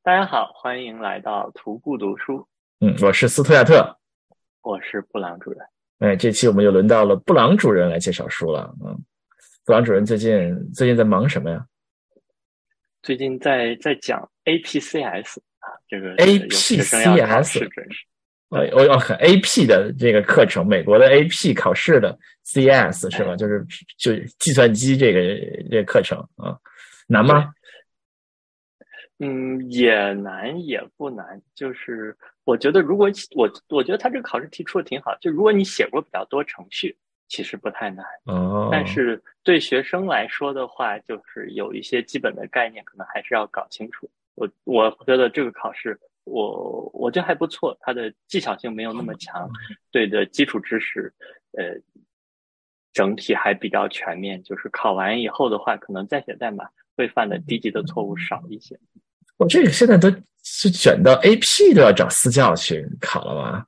大家好，欢迎来到徒步读书， 我是斯图亚特。 我是布朗主任。 这期我们又轮到了布朗主任来介绍书了。布朗主任最近在忙什么呀最近在讲 APCS 啊，这个有学生要考 ？APCS， 试准是。对， 我要很 AP 的这个课程，美国的 AP 考试的 CS 是吧？ 哎， 就计算机这个课程啊，难对， 吗？ 也难也不难，就是我觉得如果我觉得他这个考试题出的挺好，就如果你写过比较多程序，其实不太难。但哦， 是对学生来说的话，就是有一些基本的概念，可能还是要搞清楚。我觉得这个考试，我觉得还不错，它的技巧性没有那么强，对的基础知识，呃，整体还比较全面。就是考完以后的话，可能再写代码会犯的低级的错误少一些。 我这个现在都是卷到 AP 都要找私教去考了吗？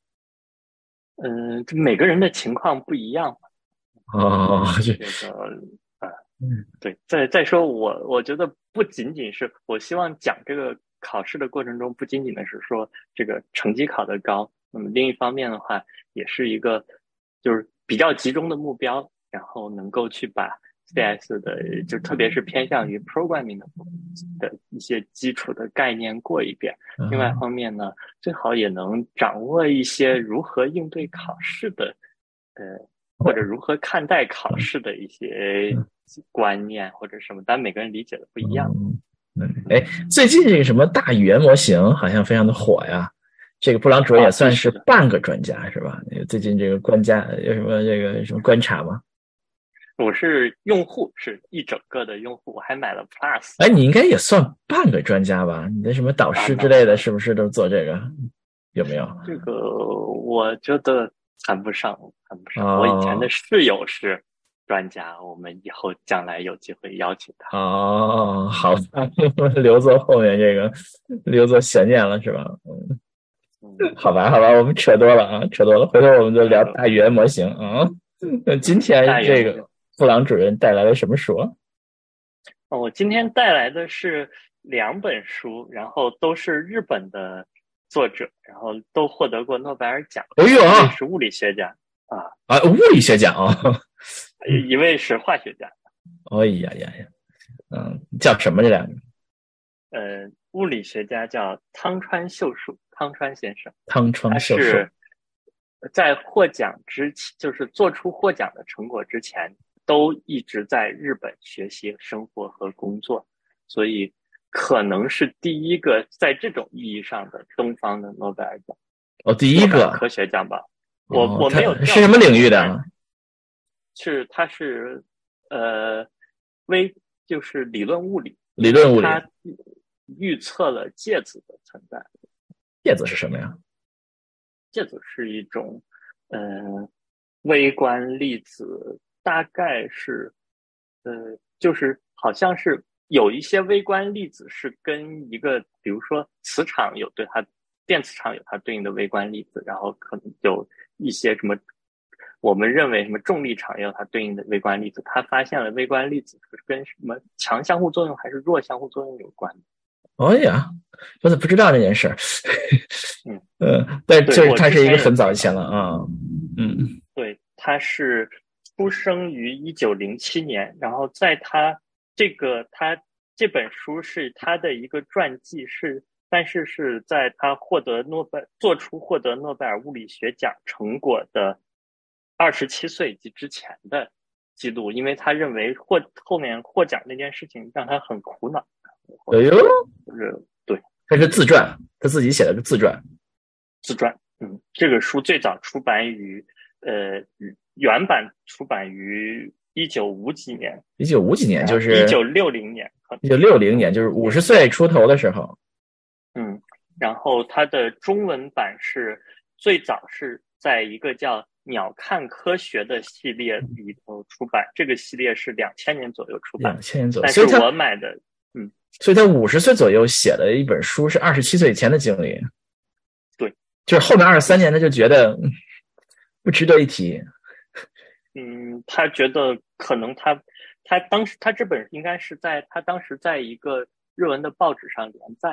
这每个人的情况不一样。 哦， 这个呃， 嗯对，再说我觉得不仅仅是我希望讲这个考试的过程中，不仅仅的是说这个成绩考得高，那么另一方面的话，也是一个就是比较集中的目标，然后能够去把 CS 的就特别是偏向于 programming 的一些基础的概念过一遍。另外一嗯方面呢，最好也能掌握一些如何应对考试的呃或者如何看待考试的一些观念或者什么，但每个人理解的不一样。 嗯，最近这个什么大语言模型好像非常的火呀。这个布朗主任也啊，对， 算是是的， 半个专家是吧？最近这个官家有什么观察吗？ 我是用户，是一整个的用户，我还买了 Plus 哎，你应该也算半个专家吧？你的什么导啊师之类的， ，no， 是不是都做这个？有没有？ 这个我觉得谈不上，谈不上。我以前的哦室友是专家，我们以后将来有机会邀请他。 哦，好吧，留作后面这个留作悬念了是吧？好吧，好吧，我们扯多了啊，扯多了，回头我们就聊呃， 大语言模型啊。那今天大语言模型。 这个布朗主任带来了什么书？ 我今天带来的是两本书，然后都是日本的作者，然后都获得过诺贝尔奖。 哎呦一位是物理学家啊， 物理学奖啊！ 一位是化学家。 哎呀呀呀，叫什么这两个？ 物理学家叫汤川秀树，汤川先生。 汤川他秀树。 是在获奖之前，就是做出获奖的成果之前，都一直在日本学习、生活和工作，所以可能是第一个在这种意义上的东方的诺贝尔奖、 哦，第一个。 诺贝尔科学奖吧。我哦，他我没有是什么调查过，但领域的？ 他是呃微就是理论物理， 理论物理。 因为他预测了介子的存在。 叶子是什么呀？ 介子是一种呃微观粒子，大概是就是好像是有一些微观粒子是跟一个比如说磁场有对它电磁场有它对应的微观粒子，然后可能有一些什么我们认为什么重力场也有它对应的微观粒子，他发现了微观粒子是跟什么强相互作用还是弱相互作用有关的。 哦呀，我怎么不知道这件事儿？ 嗯， 但对， 就是他我之前是一个很早以也不知道。 前了啊。嗯， 对，他是出生于1907年，然后在他这本书是他的一个传记，但是是在他做出获得诺贝尔物理学奖成果的27岁以及之前的记录，因为他认为后面获奖那件事情让他很苦恼，或哎呦， 者对他是自传，他自己写的个自传。 自传。这个书最早出版于原版出版于1950几年， 1950几年， 然后就是 1960年可能是 1960年，就是50岁出头的时候。 嗯，然后它的中文版是最早是在一个叫《鸟看科学》的系列里头出版，这个系列是2000年左右出版， 2000年左右， 但是我买的嗯所以他50岁左右写的一本书是27岁以前的经历。 对， 就是后面23年他就觉得不值得一提。 他觉得可能他当时他这本应该是他当时在一个日文的报纸上连载的，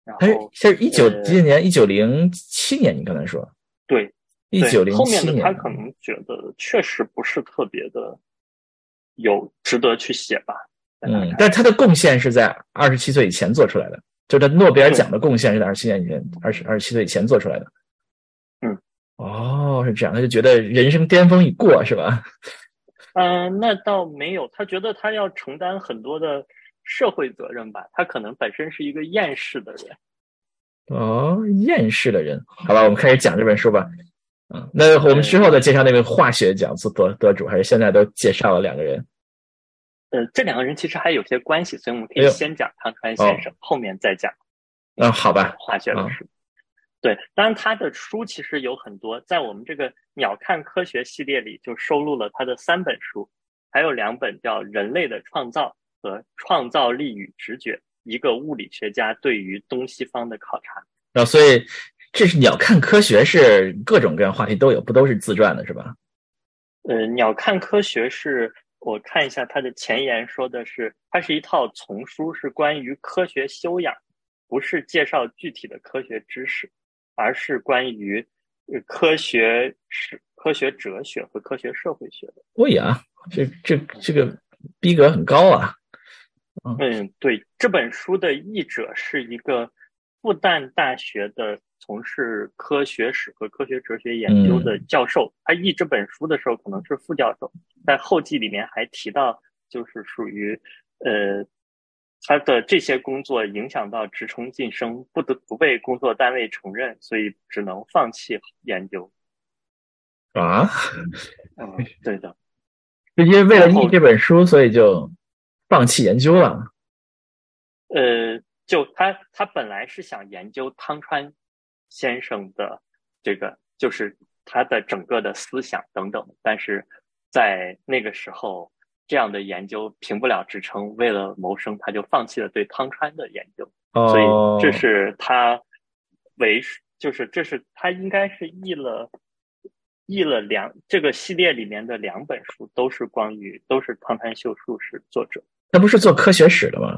哎， 然后是几几年？1907年，你刚才说对 1907 后面的他年。 可能觉得确实不是特别的有值得去写吧，在他看来。 但他的贡献是在27岁以前做出来的，就他诺贝尔对， 奖的贡献是在27年以前，27岁以前做出来的。 嗯哦，是这样，他就觉得人生巅峰已过，是吧？ 那倒没有，他觉得他要承担很多的社会责任吧，他可能本身是一个厌世的人。 哦，厌世的人，好吧，我们开始讲这本书吧。那我们之后再介绍那个化学奖得主，还是现在都介绍了两个人？ 这两个人其实还有些关系，所以我们可哎呦， 以先讲汤川先生，后面再讲好吧， 化学的书。对，当然他的书其实有很多，在我们这个鸟看科学系列里就收录了他的3本书，还有2本叫《人类的创造》和《创造力与直觉：一个物理学家对于东西方的考察》。 所以这是鸟看科学，是各种各样话题都有，不都是自传的是吧？ 鸟看科学是我看一下它的前言说的是，它是一套丛书，是关于科学修养，不是介绍具体的科学知识，而是关于科学史、科学哲学和科学社会学的。 哦呀，这个逼格很高啊！ 对，这本书的译者是一个复旦大学的从事科学史和科学哲学研究的教授。他译这本书的时候可能是副教授，在后记里面还提到，就是属于他的这些工作影响到职称晋升，不得不被工作单位承认，所以只能放弃研究。 啊， 对的， 就因为为了译这本书，所以就放弃研究了。 就他本来是想研究汤川先生的这个，就是他的整个的思想等等，但是在那个时候，这样的研究评不了职称，为了谋生，他就放弃了对汤川的研究。所以这是他就是这是他应该是译了这个系列里面的2本书，都是汤川秀树是作者。 他不是做科学史的吗？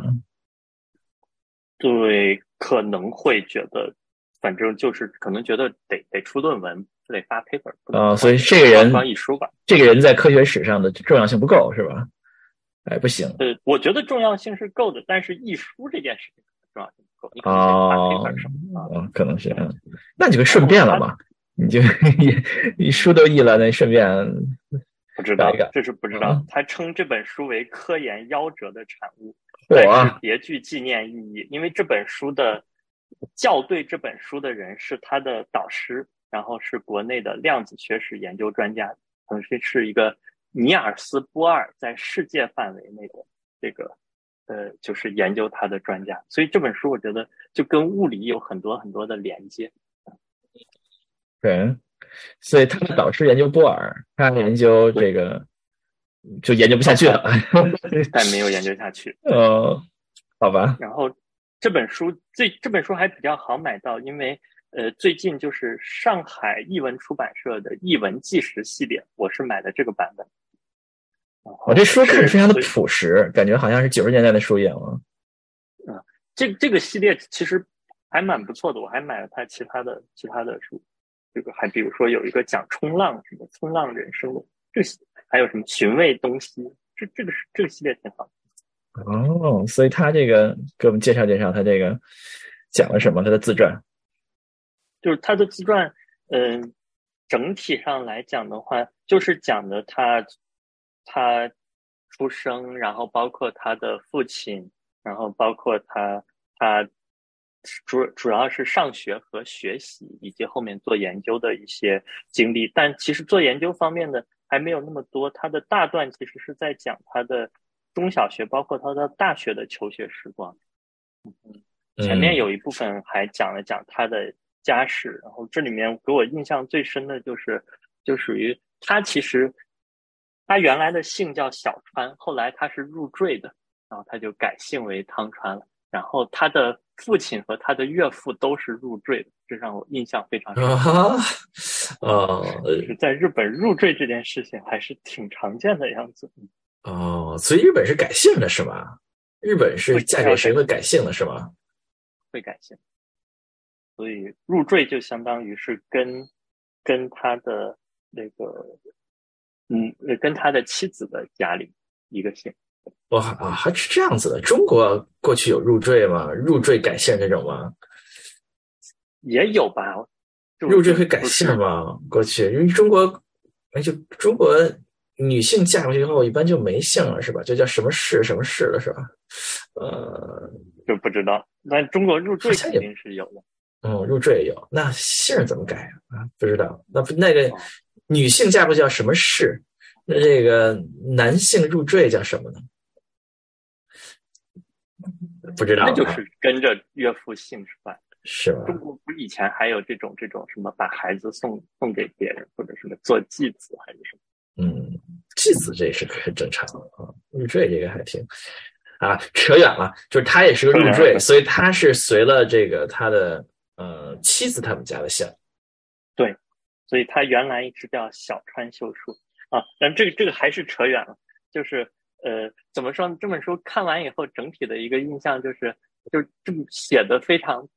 对，可能会觉得，反正就是可能觉得得出论文，得发 paper， 所以这个人光译书吧。 这个人在科学史上的重要性不够，是吧？哎，不行。 我觉得重要性是够的，但是译书这件事情重要性不够，你可能得发 paper 什么可能是，那就顺便了嘛，你就你书都译了，那顺便不知道，这是不知道。他称这本书为科研夭折的产物，但是别具纪念意义，因为这本书的校对这本书的人是他的导师，然后是国内的量子学史研究专家，可能是一个尼尔斯·波尔在世界范围内的这个就是研究他的专家，所以这本书我觉得就跟物理有很多很多的连接。 对，所以他的导师研究波尔，他研究这个就研究不下去了， 但没有研究下去。 好吧。 然后这本书还比较好买到，因为最近就是上海译文出版社的译文纪实系列，我是买的这个版本。 我这书看着非常的朴实，感觉好像是90年代的书一样啊。 这个系列其实还蛮不错的，我还买了他其他的书，这个还比如说有一个讲冲浪什么冲浪人生的，还有什么寻味东西，这个系列挺好。 所以他这个给我们介绍介绍，他这个讲了什么？他的自传， 就是他的自传，整体上来讲的话，就是讲的他出生，然后包括他的父亲，然后包括他主要是上学和学习，以及后面做研究的一些经历。但其实做研究方面的还没有那么多，他的大段其实是在讲他的中小学，包括他的大学的求学时光。前面有一部分还讲了讲他的家世，然后这里面给我印象最深的就属于他其实他原来的姓叫小川，后来他是入赘的，然后他就改姓为汤川了。然后他的父亲和他的岳父都是入赘的，这让我印象非常深。就是在日本入赘这件事情还是挺常见的样子。 所以日本是改姓的是吧？日本是嫁给谁会改姓的是吧？ 会改姓。 所以入赘就相当于是跟他的那个跟他的妻子的家里一个姓。 哇啊，还是这样子的。中国过去有入赘吗？入赘改姓这种吗？ 也有吧。 入赘会改姓吗？过去因为中国女性嫁过去以后一般就没姓了是吧？就叫什么氏什么氏了是吧？ 就不知道。但中国入赘肯定是有的。 入赘也有。那姓怎么改啊？不知道。那个女性嫁过去叫什么氏？那这个男性入赘叫什么呢？不知道。 那就是跟着岳父姓是吧？ 是吧？ 中国不是以前还有这种什么把孩子送给别人，或者什么做继子还是什么？ 继子这是很正常的啊。入赘这个还挺扯远了。就是他也是个入赘，所以他是随了这个他的妻子他们家的姓。 对，所以他原来是叫小川秀树啊。但这个还是扯远了。就是怎么说呢？这本书看完以后，整体的一个印象就这么写的非常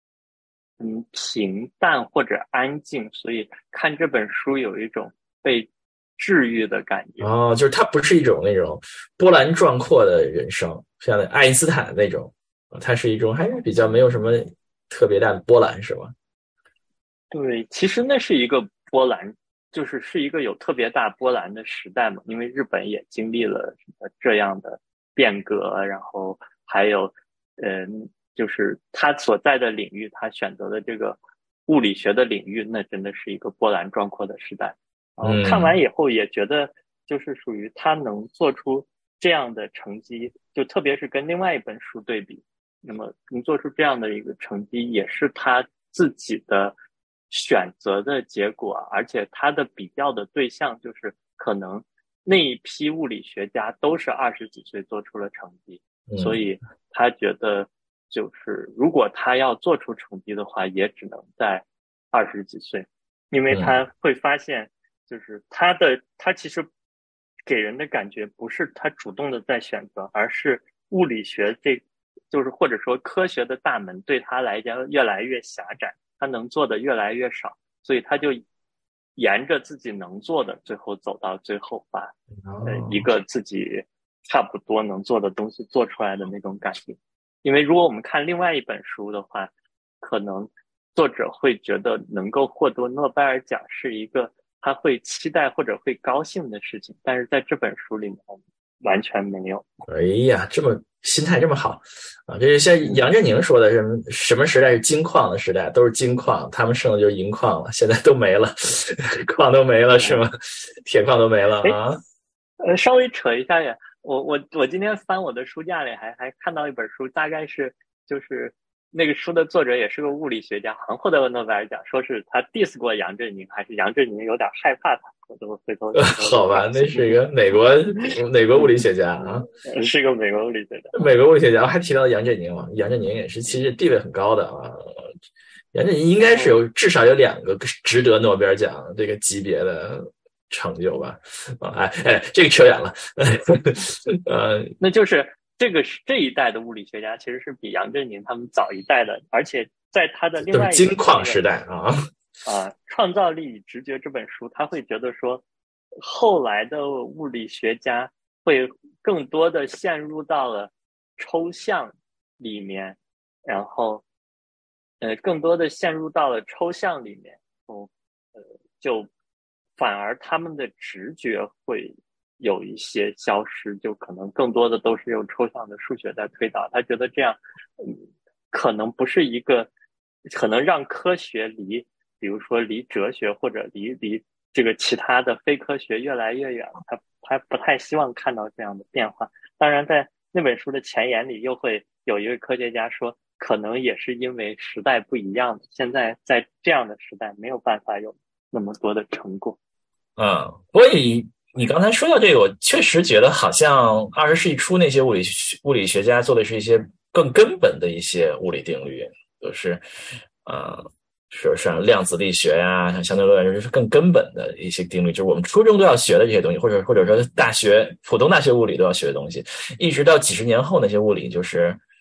平淡或者安静，所以看这本书有一种被治愈的感觉。 就是它不是一种那种波澜壮阔的人生，像爱因斯坦那种，它是一种还是比较没有什么特别大的波澜，是吧？ 对，其实那是一个波澜，是一个有特别大波澜的时代嘛，因为日本也经历了这样的变革，然后还有就是他所在的领域，他选择的这个物理学的领域，那真的是一个波澜壮阔的时代。然后看完以后也觉得，就是属于他能做出这样的成绩，就特别是跟另外一本书对比，那么能做出这样的一个成绩，也是他自己的选择的结果，而且他的比较的对象就是可能那一批物理学家都是20几岁做出了成绩，所以他觉得就是如果他要做出成绩的话，也只能在20几岁，因为他会发现就是他其实给人的感觉不是他主动的在选择，而是物理学就是或者说科学的大门对他来讲越来越狭窄，他能做的越来越少，所以他就沿着自己能做的，最后走到最后，把一个自己差不多能做的东西做出来的那种感觉。因为如果我们看另外一本书的话，可能作者会觉得能够获得诺贝尔奖是一个他会期待或者会高兴的事情，但是在这本书里面完全没有。 哎呀，这么心态这么好啊！这是像杨振宁说的，什么时代是金矿的时代，都是金矿，他们剩的就是银矿了，现在都没了，矿都没了是吗？铁矿都没了啊！ 稍微扯一下呀，我今天翻我的书架里还看到一本书，大概是就是那个书的作者也是个物理学家，好像获得了诺贝尔奖，说是他 diss 过杨振宁，还是杨振宁有点害怕他。回头好吧，那是一个美国物理学家啊， 是一个美国物理学家。 美国物理学家还提到杨振宁啊，杨振宁也是其实地位很高的啊。杨振宁应该是至少有2个值得诺贝尔奖这个级别的成就吧？这个扯远了。 那就是这一代的物理学家其实是比杨振宁他们早一代的，而且在他的另外一金矿时代创造力与直觉这本书，他会觉得说，后来的物理学家会更多的陷入到了抽象里面，然后更多的陷入到了抽象里面，就反而他们的直觉会有一些消失，就可能更多的都是用抽象的数学在推导。他觉得这样可能不是一个可能让科学比如说离哲学或者离这个其他的非科学越来越远，他不太希望看到这样的变化。当然在那本书的前言里又会有一位科学家说，可能也是因为时代不一样，现在在这样的时代没有办法有那么多的成果。 不过你刚才说到这个，我确实觉得好像20世纪初那些物理学家做的是一些更根本的一些物理定律，就是说像量子力学呀，像相对论是更根本的一些定律，就是我们初中都要学的这些东西，或者说普通大学物理都要学的东西，一直到几十年后那些物理就是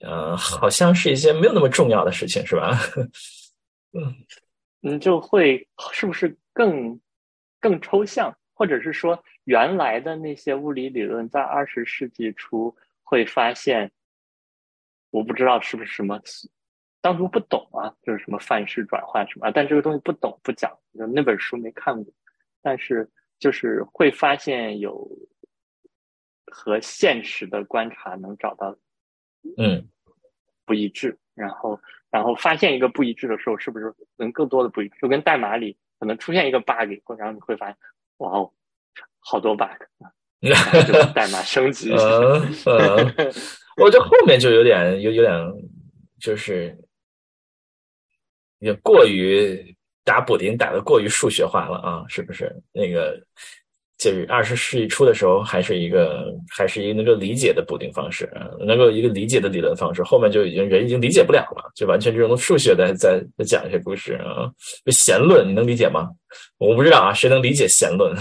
好像是一些没有那么重要的事情，是吧？ 就会是不是更抽象，或者是说原来的那些物理理论在20世纪初会发现，我不知道是不是什么，当初不懂啊，就是什么范式转换什么，但这个东西不懂不讲，就那本书没看过，但是就是会发现有和现实的观察能找到嗯。 不一致，然后发现一个不一致的时候，是不是能更多的不一致？就跟代码里可能出现一个 bug，然后你会发现，哇哦，好多 bug，然后就把代码升级一下。 我觉得后面就有点就是也过于打补丁打的过于数学化了啊，是不是？那个就是20世纪初的时候，还是一个能够理解的补丁方式，能够一个理解的理论方式。后面就人已经理解不了了，就完全这种数学在讲一些故事啊。弦论你能理解吗？我不知道啊，谁能理解弦论？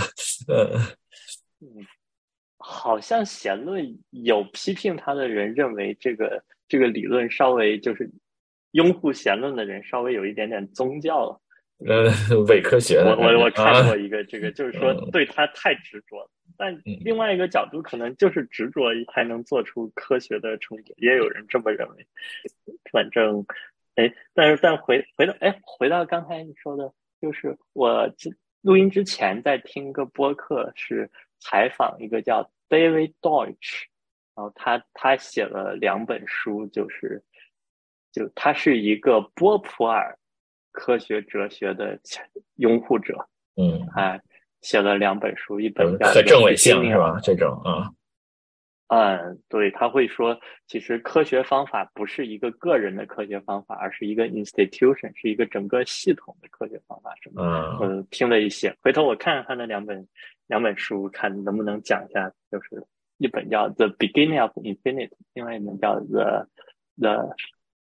好像弦论有批评他的人认为这个理论稍微就是拥护弦论的人稍微有一点点宗教了。 伪科学的感觉我看啊。 过一个这个，就是说对他太执着了。但另外一个角度，可能就是执着才能做出科学的成果，也有人这么认为。反正，但回到刚才你说的，就是我录音之前在听个播客，是采访一个叫 David Deutsch，然后他写了2本书，就他是一个波普尔科学哲学的拥护者， 嗯。 他写了2本书，一本叫可 《The 证伪性 Beginning 是 of》。 吧？这种啊。 对，他会说，其实科学方法不是一个个人的科学方法，而是一个 institution，是一个整个系统的科学方法什么。 嗯。 听了一些，回头我看看他那两本书，看能不能讲一下。就是一本叫《The Beginning of Infinity》，另外一本叫《The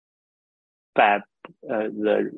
Fab The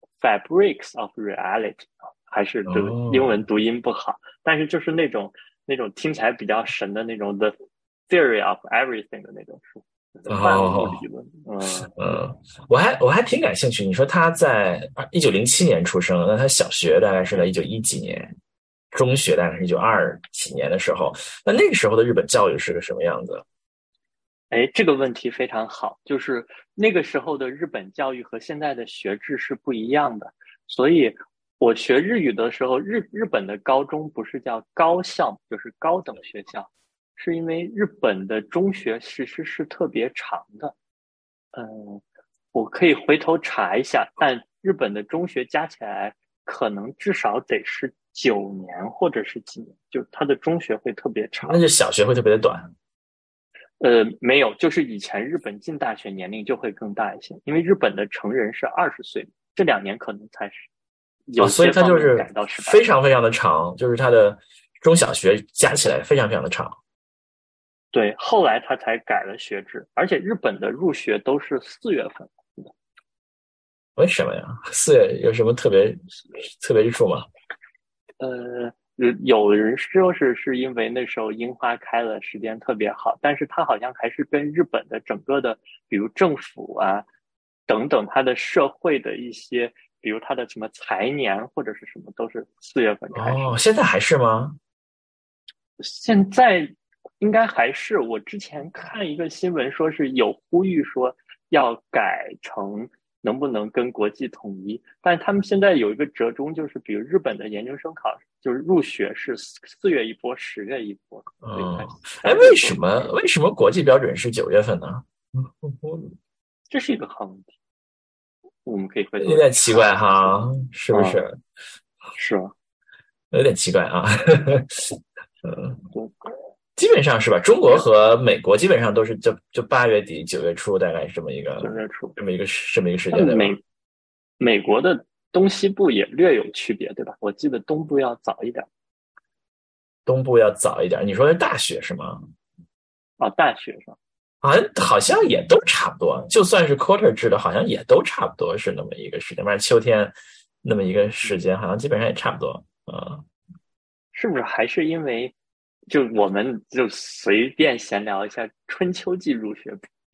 Fabrics of Reality》，还是这个英哦。 文读音不好，但是就是那种听起来比较神的那种 The Theory of Everything 的那种书，就是万物哦。 理论。 我还挺感兴趣。你说他在1907年出生，那他小学大概是在1910几年，中学大概是1920几年的时候。那个时候的日本教育是个什么样子？ 这个问题非常好，就是那个时候的日本教育和现在的学制是不一样的，所以我学日语的时候，日本的高中不是叫高校，就是高等学校，是因为日本的中学其实是特别长的。我可以回头查一下，但日本的中学加起来可能至少得是9年或者是几年，就它的中学会特别长。 那就小学会特别的短。 没有，就是以前日本进大学年龄就会更大一些，因为日本的成人是20岁，这2年可能才是啊， 有所以些方面它就是改到18岁。 非常非常的长，就是它的中小学加起来非常非常的长。 对，后来他才改了学制，而且日本的入学都是4月份。 为什么呀？4月有什么特别之处吗？ 呃，有人说是因为那时候樱花开了，时间特别好，但是它好像还是跟日本的整个的，比如政府啊等等，它的社会的一些，比如它的什么财年或者是什么，都是4月份开始哦， 的。 现在还是吗？ 现在应该还是，我之前看一个新闻说是有呼吁说要改成能不能跟国际统一，但他们现在有一个折中，就是比如日本的研究生考试，就是入学是4月一波10月一波，所以它嗯。哎， 相对说为什么快一点。 为什么国际标准是9月份呢？ 这是一个好问题，我们可以回头有点奇怪查一下。 哈，是不嗯， 是？ 是吧？ 有点奇怪啊。嗯。 对， 基本上是吧？中国和美国基本上都是就8月底9月初，大概是这么一个 9月初。 时间，对吧？ 但美国的东西部也略有区别，对吧？我记得东部要早一点。 东部要早一点。你说的是大学是吗？ 大学上。 好像也都差不多，就算是 quarter 制的，好像也都差不多是那么一个时间，不然秋天那么一个时间，好像基本上也差不多。 是不是还是因为，就我们就随便闲聊一下，春秋季入学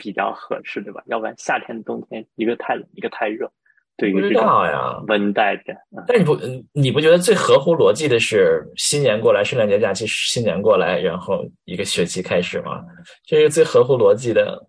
比较合适，对吧？要不然夏天冬天一个太冷一个太热，对于不知这种道呀。 温带的， 但你不觉得最合乎逻辑的是新年过来，圣诞节假期新年过来，然后一个学期开始吗？这是最合乎逻辑的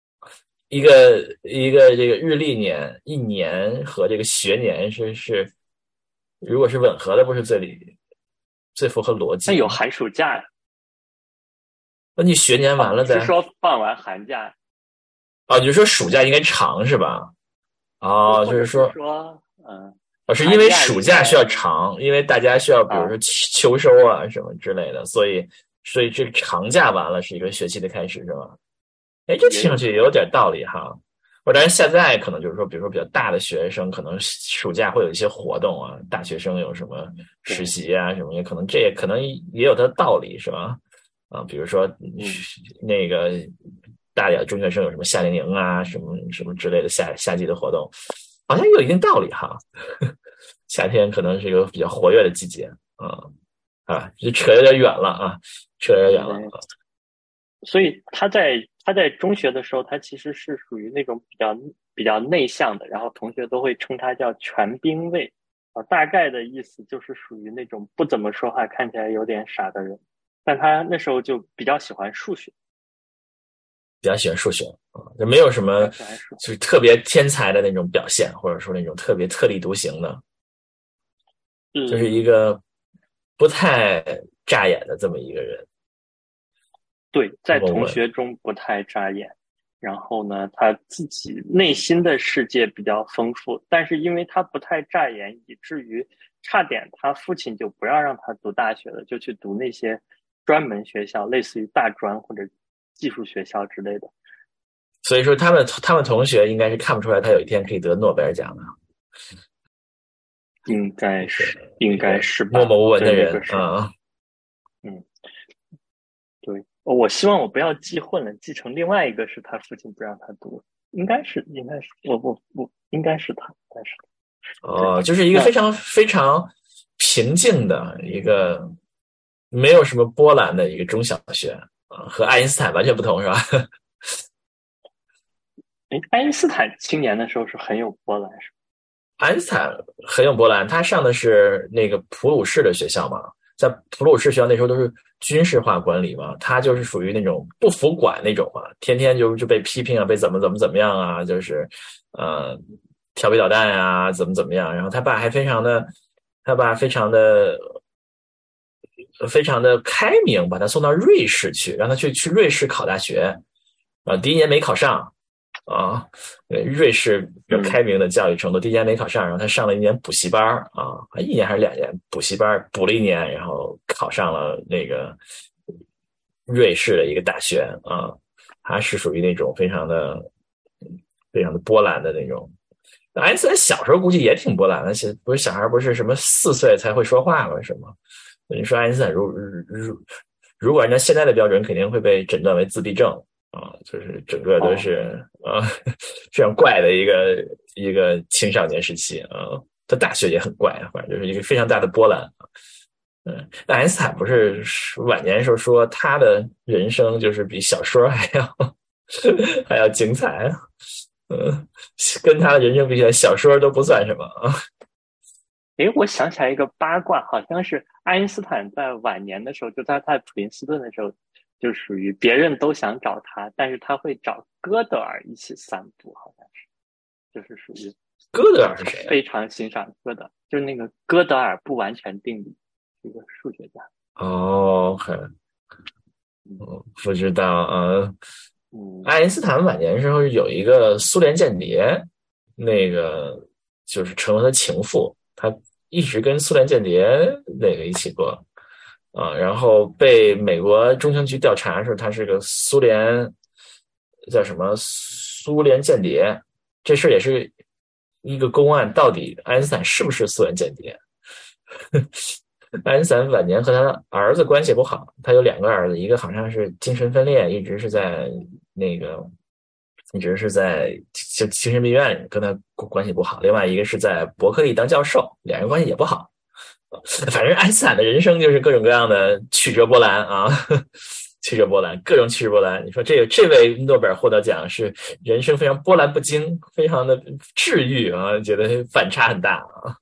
一个这个日历年一年和这个学年是如果是吻合的，不是最符合逻辑的吗？ 那有寒暑假呀？ 那你学年完哦， 了再你是说放完寒假， 哦，你就说暑假应该长是吧？哦， 或者是就是说说， 是因为寒假暑假需要应该长，因为大家需要比如说啊， 秋收啊什么之类的，所以这个长假完了是一个学期的开始是吧？哎，这听上也有可能。 去也有点道理哈。当然现在可能就是说，比如说比较大的学生，可能暑假会有一些活动啊，大学生有什么实对， 习啊什么，也可能这也可能也有它的道理是吧？啊，比如说嗯， 那个大点的中学生有什么夏令营啊，什么什么之类的夏季的活动，好像有一定道理哈。夏天可能是一个比较活跃的季节这扯有点远了啊，扯有点远了。 对。所以他在中学的时候，他其实是属于那种比较内向的，然后同学都会称他叫全兵卫大概的意思就是属于那种不怎么说话，看起来有点傻的人。但他那时候就比较喜欢数学， 比较喜欢数学就没有什么比较喜欢数学。 就是特别天才的那种表现，或者说那种特别特立独行的，就是一嗯， 个不太扎眼的这么一个人。 对，在同我问， 学中不太扎眼。然后呢，他自己内心的世界比较丰富，但是因为他不太扎眼，以至于差点他父亲就不要让他读大学了，就去读那些专门学校，类似于大专或者技术学校之类的。 所以说他们同学应该是看不出来他有一天可以得诺贝尔奖的， 应该是吧？ 默默无闻对， 的那个时候， 人啊。 嗯，对，我希望我不要记混了，记成另外一个是他父亲不让他读，应该是我应该是他，应该是他。对， 就是一个非那常非常平静的一个没有什么波澜的一个中小学和爱因斯坦完全不同是吧？ 爱因斯坦青年的时候是很有波澜，是吧？ 爱因斯坦很有波澜，他上的是那个普鲁士的学校嘛，在普鲁士学校那时候都是军事化管理嘛，他就是属于那种不服管那种嘛，天天就被批评啊，被怎么样啊，就是呃调皮捣蛋啊，怎么样，然后他爸非常的开明，把他送到瑞士去，让他去瑞士考大学第一年没考上啊，瑞士比较开嗯， 明的教育程度，第一年没考上，然后他上了一年补习班一年还是2年补习班，补了一年，然后考上了那个瑞士的一个大学他是属于那种非常的波澜的那种。爱因斯坦小时候估计也挺波澜的，不是小孩不是什么4岁才会说话吗？什么？你说爱因斯坦如果按照现在的标准，肯定会被诊断为自闭症就是整个都哦， 是非常怪的一个青少年时期他大学也很怪，反正就是一个非常大的波澜。那爱因斯坦不是晚年时候说他的人生就是比小说还要精彩跟他的人生比起来，小说都不算什么诶，我想起来一个八卦，好像是爱因斯坦在晚年的时候，就在普林斯顿的时候，就属于别人都想找他，但是他会找哥德尔一起散步，好像是，就是属于哥德尔是谁啊？ 非常欣赏哥德，就是那个哥德尔不完全定理，一个数学家。 哦，OK， 嗯不知道嗯， 爱因斯坦晚年时候有一个苏联间谍，那个就是成了他情妇，他一直跟苏联间谍那个一起过然后被美国中情局调查说他是个苏联叫什么苏联间谍，这事也是一个公案，到底爱因斯坦是不是苏联间谍？爱因斯坦晚年和他儿子关系不好，他有2个儿子，一个好像是精神分裂，那个一直是在精神病院跟他关系不好，另外一个是在伯克利当教授，2人关系也不好。反正爱因斯坦的人生就是各种各样的曲折波澜曲折波澜，各种曲折波澜。你说这位诺贝尔获得奖是人生非常波澜不惊，非常的治愈啊，觉得反差很大啊。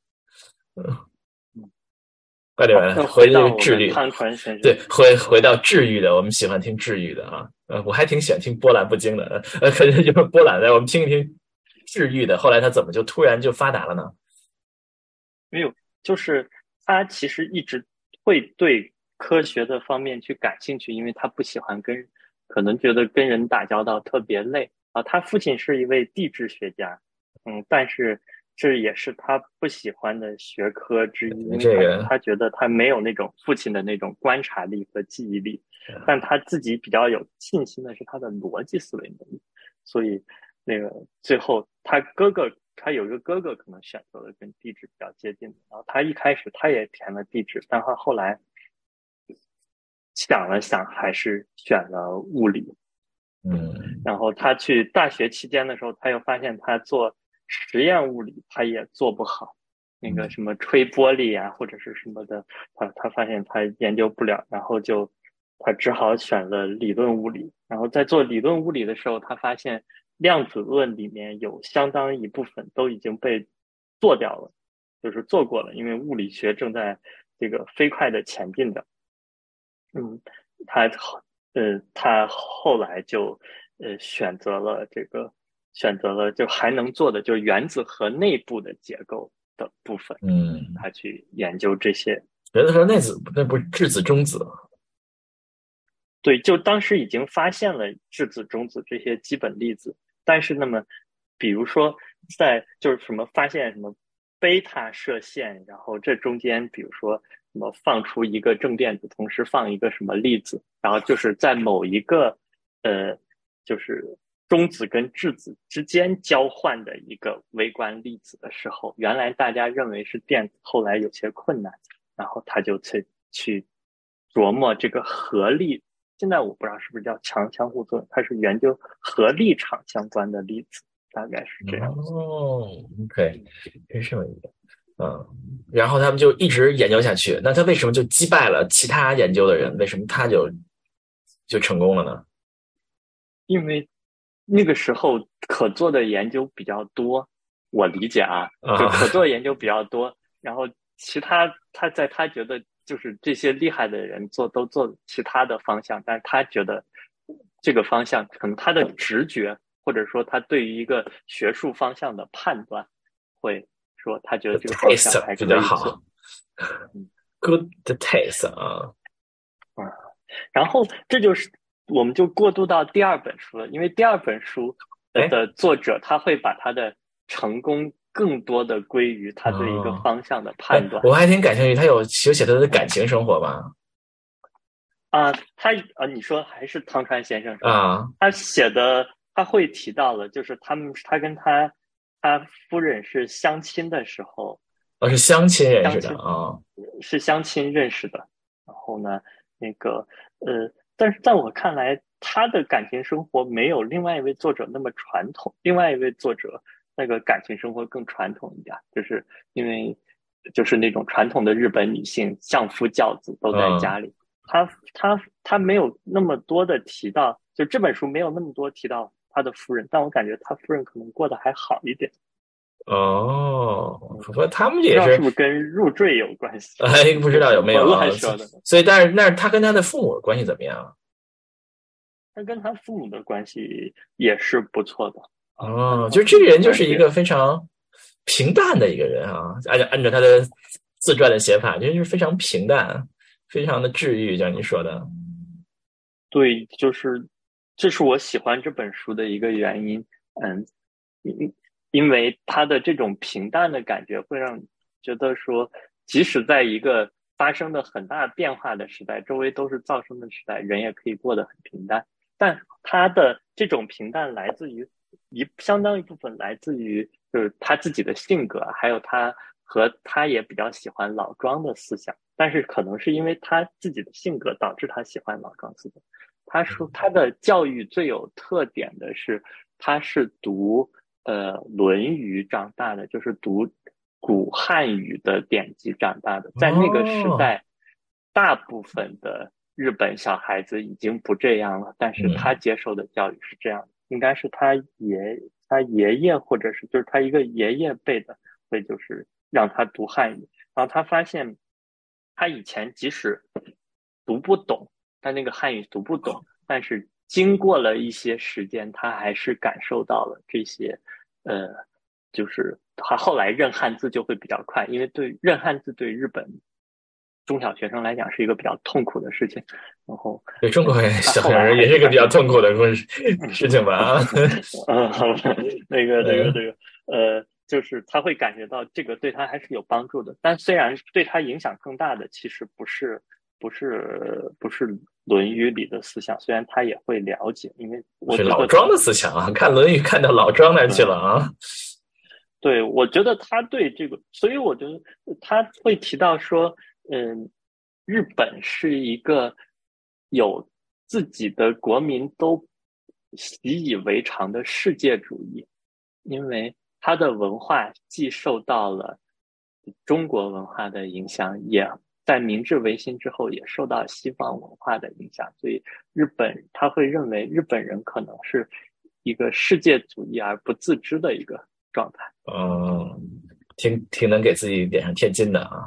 快点好，那回这个回到我治愈， 们汤川先生。 对，回到治愈的，我们喜欢听治愈的啊。我还挺喜欢听波澜不惊的，可能就是波澜的，我们听一听治愈的。后来他怎么就突然就发达了呢？ 没有，就是他其实一直会对科学的方面去感兴趣，因为他不喜欢可能觉得跟人打交道特别累啊。他父亲是一位地质学家，但是这也是他不喜欢的学科之一，因为这个他觉得他没有那种父亲的那种观察力和记忆力，但他自己比较有信心的是他的逻辑思维能力，所以那个最后他有一个哥哥可能选择了跟地质比较接近的，然后他一开始他也填了地质，但他后来想了想还是选了物理。然后他去大学期间的时候，他又发现他做实验物理他也做不好，那个什么吹玻璃啊或者是什么的，他发现他研究不了，然后他只好选了理论物理。然后在做理论物理的时候，他发现量子论里面有相当一部分都已经被做掉了，就是做过了，因为物理学正在这个飞快的前进的。嗯，他他后来就选择了就还能做的就是原子核内部的结构的部分，他去研究这些。 觉得说那不是质子中子。 对，就当时已经发现了质子、中子这些基本粒子，但是那么，比如说就是什么发现什么贝塔射线，然后这中间比如说什么放出一个正电子，同时放一个什么粒子，然后就是在某一个就是中子跟质子之间交换的一个微观粒子的时候，原来大家认为是电子，后来有些困难，然后他就去琢磨这个合力。现在我不知道是不是叫强相互作用，它是研究核力场相关的粒子，大概是这样。 哦，OK，是这么一个，然后他们就一直研究下去。那他为什么就击败了其他研究的人？为什么他就成功了呢？ 因为那个时候可做的研究比较多，我理解啊，就可做的研究比较多，然后其他他觉得就是这些厉害的人都做其他的方向，但是他觉得这个方向可能他的直觉或者说他对于一个学术方向的判断会说他觉得这个方向 taste 还比较可以做。 好，good taste 啊。 然后我们就过渡到第二本书了，因为第二本书的作者他会把他的成功更多的归于他对一个方向的判断。 我还挺感兴趣，他有写他的感情生活吗？ 你说还是汤川先生是吧？ 他写的他会提到了，就是他跟他夫人是相亲的时候， 是相亲认识的啊， 是相亲认识的。然后呢，那个但是在我看来，他的感情生活没有另外一位作者那么传统。另外一位作者那个感情生活更传统一点，就是因为就是那种传统的日本女性相夫教子都在家里。他没有那么多的提到，就这本书没有那么多提到他的夫人，但我感觉他夫人可能过得还好一点。 说他们也是不知道是不是跟入赘有关系？ 不知道有没有乱说的。 所以，但是他跟他的父母关系怎么样？ 他跟他父母的关系也是不错的。 就这个人就是一个非常平淡的一个人啊，按照他的自传的写法，就是非常平淡，非常的治愈，像你说的。 对，这是我喜欢这本书的一个原因。因为他的这种平淡的感觉会让觉得说，即使在一个发生的很大变化的时代，周围都是噪声的时代，人也可以过得很平淡。但他的这种平淡来自于相当一部分来自于就是他自己的性格，还有他也比较喜欢老庄的思想，但是可能是因为他自己的性格导致他喜欢老庄思想。他说他的教育最有特点的是，他是读《论语》长大的，就是读古汉语的典籍长大的。在那个时代，大部分的日本小孩子已经不这样了，但是他接受的教育是这样的，应该是他爷爷或者是就是他一个爷爷辈的，会就是让他读汉语，然后他发现他以前即使读不懂，他那个汉语读不懂，但是经过了一些时间，他还是感受到了这些，就是他后来认汉字就会比较快，因为认汉字对日本中小学生来讲是一个比较痛苦的事情。然后对中国小人也是一个比较痛苦的事情吧？ 就是他会感觉到这个对他还是有帮助的，但虽然对他影响更大的其实不是《论语》里的思想，虽然他也会了解，因为我是老庄的思想啊，看《论语》看到老庄那去了啊。 对，我觉得他对这个，所以我觉得他会提到说，日本是一个有自己的国民都习以为常的世界主义，因为它的文化既受到了中国文化的影响，也在明治维新之后也受到西方文化的影响，所以他会认为日本人可能是一个世界主义而不自知的一个状态。 挺能给自己点上贴金的啊。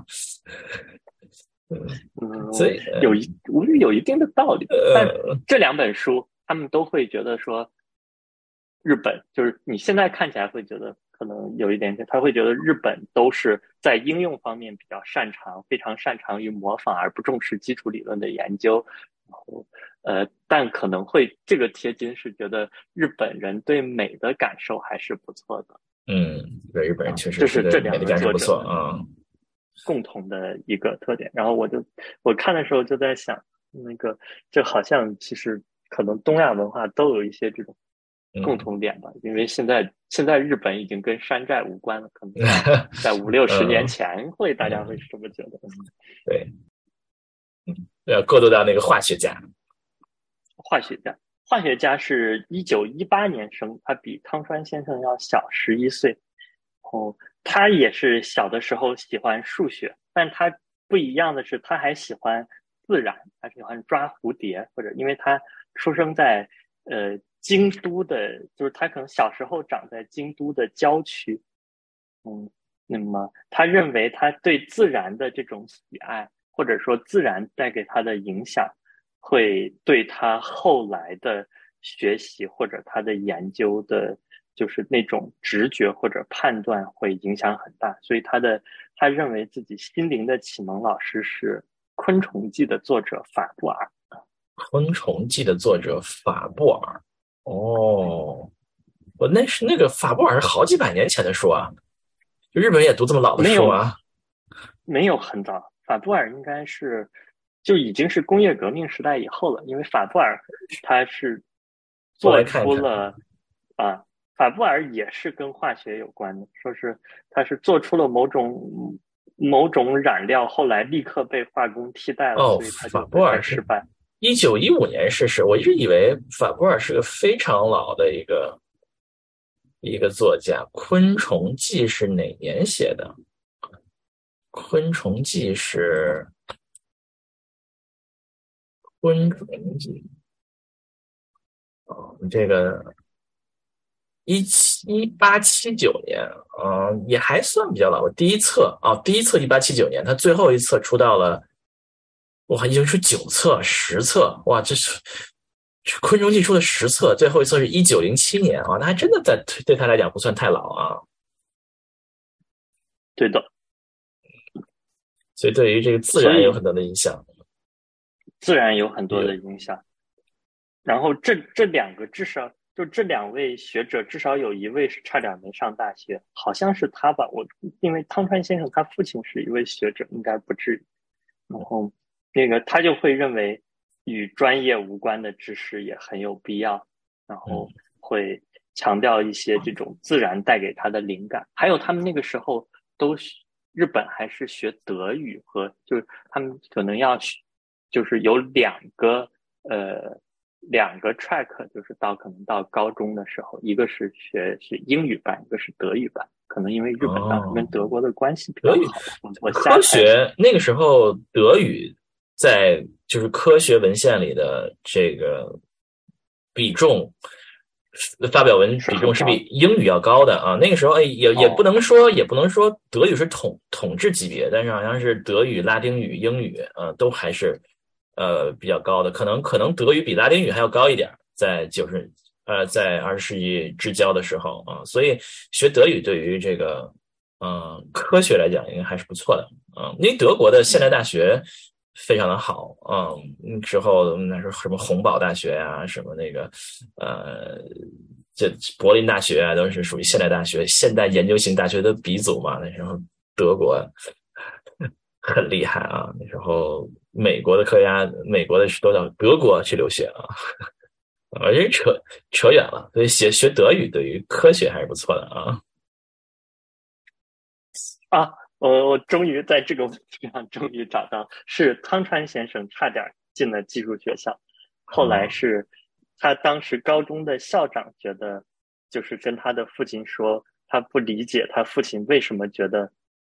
所以有一定的道理，但这两本书他们都会觉得说，日本就是你现在看起来会觉得可能有一点点，他会觉得日本都是在应用方面比较擅长，非常擅长于模仿而不重视基础理论的研究。然后但可能会这个贴金是觉得日本人对美的感受还是不错的。 对，日本人确实就是这两美的感受不错啊。共同的一个特点，然后我看的时候就在想，这好像其实可能东亚文化都有一些这种共同点吧，因为现在日本已经跟山寨无关了，可能在50-60年前大家会是这么觉得。 对，要过渡到那个化学家。 化学家是1918年生，他比汤川先生要小11岁，然后他也是小的时候喜欢数学，但他不一样的是，他还喜欢自然，他喜欢抓蝴蝶，或者因为他出生在京都的，就是他可能小时候长在京都的郊区，那么他认为他对自然的这种喜爱，或者说自然带给他的影响，会对他后来的学习或者他的研究的就是那种直觉或者判断会影响很大，所以他认为自己心灵的启蒙老师是昆虫记的作者法布尔。 昆虫记的作者法布尔。那个法布尔是好几百年前的书啊，就日本也读这么老的书啊？ 没有很早，法布尔应该是就已经是工业革命时代以后了，因为法布尔他是做出了法布尔也是跟化学有关的，说是他是做出了某种染料，后来立刻被化工替代了，所以他就不太失败。 1915年逝世，我一直以为法布尔是个非常老的一个作家。《昆虫记》是哪年写的？《昆虫记》是昆虫记这个1879年，也还算比较老。第一册1879年，他最后一册出到了，已经出9册、10册，哇，这是昆虫记出的10册，最后一册是1907年啊，那还真的对他来讲不算太老啊。 对的， 所以对于这个自然有很多的影响。 自然有很多的影响。然后这两个至少就这2位学者，至少有一位是差点没上大学，好像是他吧。因为汤川先生他父亲是一位学者，应该不至于。然后他就会认为与专业无关的知识也很有必要，然后会强调一些这种自然带给他的灵感。还有他们那个时候日本还是学德语，和就是他们可能要就是有2个track， 就是可能到高中的时候，一个是学英语班，一个是德语班。可能因为日本当时跟德国的关系比较好，我科学那个时候德语在就是科学文献里的这个比重，发表文比重是比英语要高的啊。那个时候，也不能说德语是统治级别，但是好像是德语、拉丁语、英语都还是比较高的。可能德语比拉丁语还要高一点，在20世纪之交的时候啊，所以学德语对于这个科学来讲应该还是不错的啊，因为德国的现代大学非常的好啊，之后那是什么洪堡大学啊，什么那个这柏林大学啊，都是属于现代大学、现代研究型大学的鼻祖嘛。那时候德国很厉害啊，那时候美国的科学家，美国的都到德国去留学啊。而且扯远了，所以学德语对于科学还是不错的啊。 我终于在这个问题上终于找到，是汤川先生差点进了技术学校，后来是他当时高中的校长觉得，就是跟他的父亲说，他不理解他父亲为什么觉得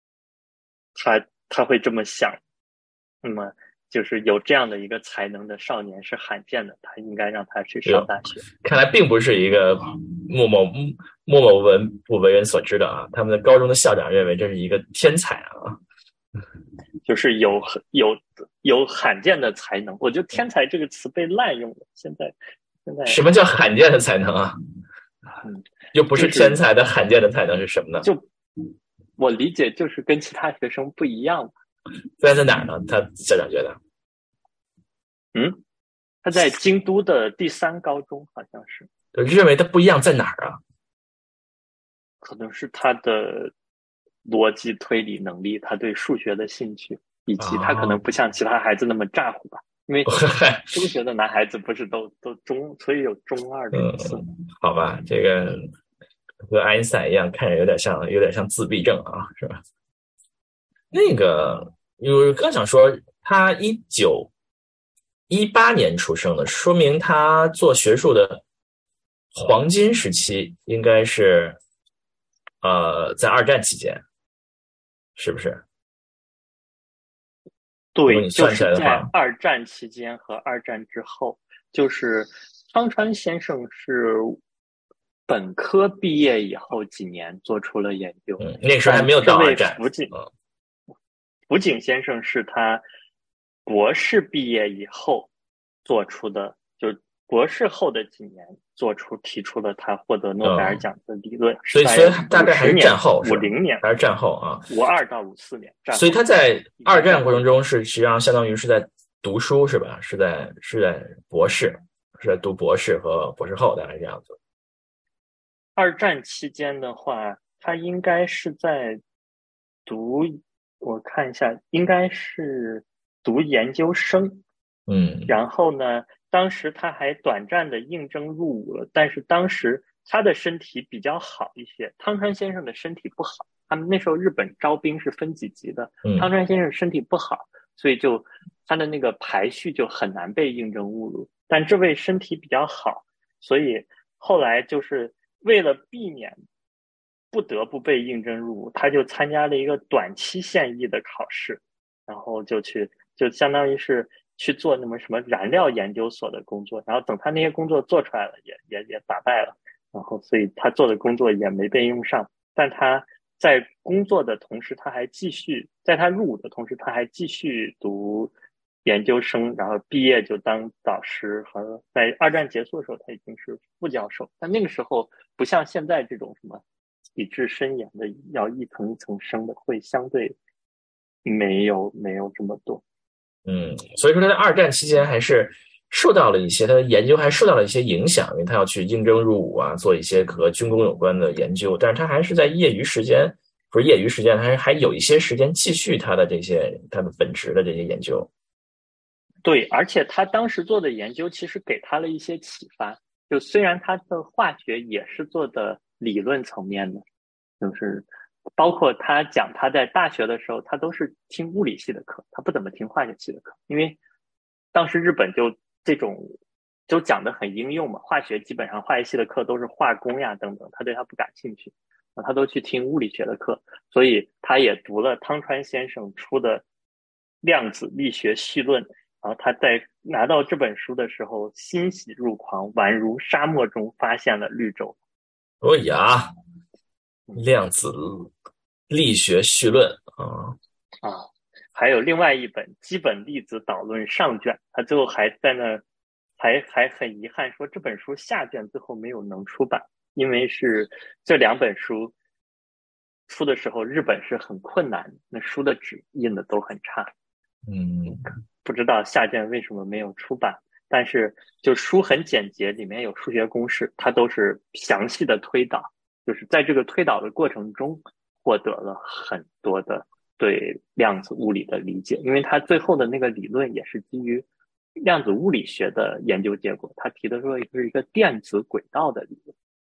他会这么想，那么就是有这样的一个才能的少年是罕见的，他应该让他去上大学。 看来并不是一个默默不为人所知的啊，他们的高中的校长认为这是一个天才啊， 就是有罕见的才能。我觉得天才这个词被滥用了，现在什么叫罕见的才能啊？又不是天才的罕见的才能是什么呢？ 就我理解就是跟其他学生不一样。 在哪儿呢？他校长觉得， 他在京都的第3高中好像是。 认为他不一样在哪儿啊？ 可能是他的逻辑推理能力，他对数学的兴趣，以及他可能不像其他孩子那么咋呼吧。因为中学的男孩子不是都中，所以有中2的意思。 好吧，这个和爱因斯坦一样，看着有点像自闭症啊，是吧？那个，我刚想说，他1918年出生的，说明他做学术的黄金时期应该是在二战期间，是不是？ 对， 就是在二战期间和二战之后，就是汤川先生是本科毕业以后几年做出了研究。 那时候还没有到二战。 福井先生是他博士毕业以后做出的，就博士后的几年提出了他获得诺贝尔奖的理论。 所以大概还是战后 ，50年还是战后啊 ，52到54年。 所以他在二战过程中实际上相当于是在读书是吧？是在博士，是在读博士和博士后大概这样子。 二战期间的话，他应该是在读，我看一下，应该是读研究生。然后呢，当时他还短暂的应征入伍了，但是当时他的身体比较好一些，汤川先生的身体不好。他们那时候日本招兵是分几级的，汤川先生身体不好，所以就他的那个排序就很难被应征入伍。但这位身体比较好，所以后来就是为了避免不得不被应征入伍，他就参加了一个短期现役的考试，然后就相当于是去做那么什么燃料研究所的工作，然后等他那些工作做出来了，也打败了，然后所以他做的工作也没被用上。但他在工作的同时，在他入伍的同时，他还继续读研究生，然后毕业就当导师，和在二战结束的时候，他已经是副教授。但那个时候不像现在这种什么体制森严的，要一层一层升的，会相对没有这么多。 所以说他在二战期间还是受到了一些他的研究，还受到了一些影响，因为他要去应征入伍啊，做一些和军工有关的研究。但是他还是在业余时间，他还有一些时间继续他的本职的这些研究。 对，而且他当时做的研究其实给他了一些启发。就虽然他的化学也是做的理论层面的，就是包括他讲他在大学的时候，他都是听物理系的课，他不怎么听化学系的课，因为当时日本就这种就讲的很应用嘛，化学基本上化学系的课都是化工呀等等，他对他不感兴趣，他都去听物理学的课，所以他也读了汤川先生出的量子力学绪论， 然后他在拿到这本书的时候欣喜若狂，宛如沙漠中发现了绿洲。 哦呀， 嗯量子力学绪论啊。 啊，还有另外一本《基本粒子导论》上卷，他最后还在那还很遗憾说这本书下卷最后没有能出版，因为是这两本书出的时候日本是很困难，那书的纸印的都很差。 嗯， 不知道下卷为什么没有出版，但是就书很简洁，里面有数学公式，它都是详细的推导，就是在这个推导的过程中获得了很多的对量子物理的理解，因为它最后的那个理论也是基于量子物理学的研究结果，他提的说是一个电子轨道的理论。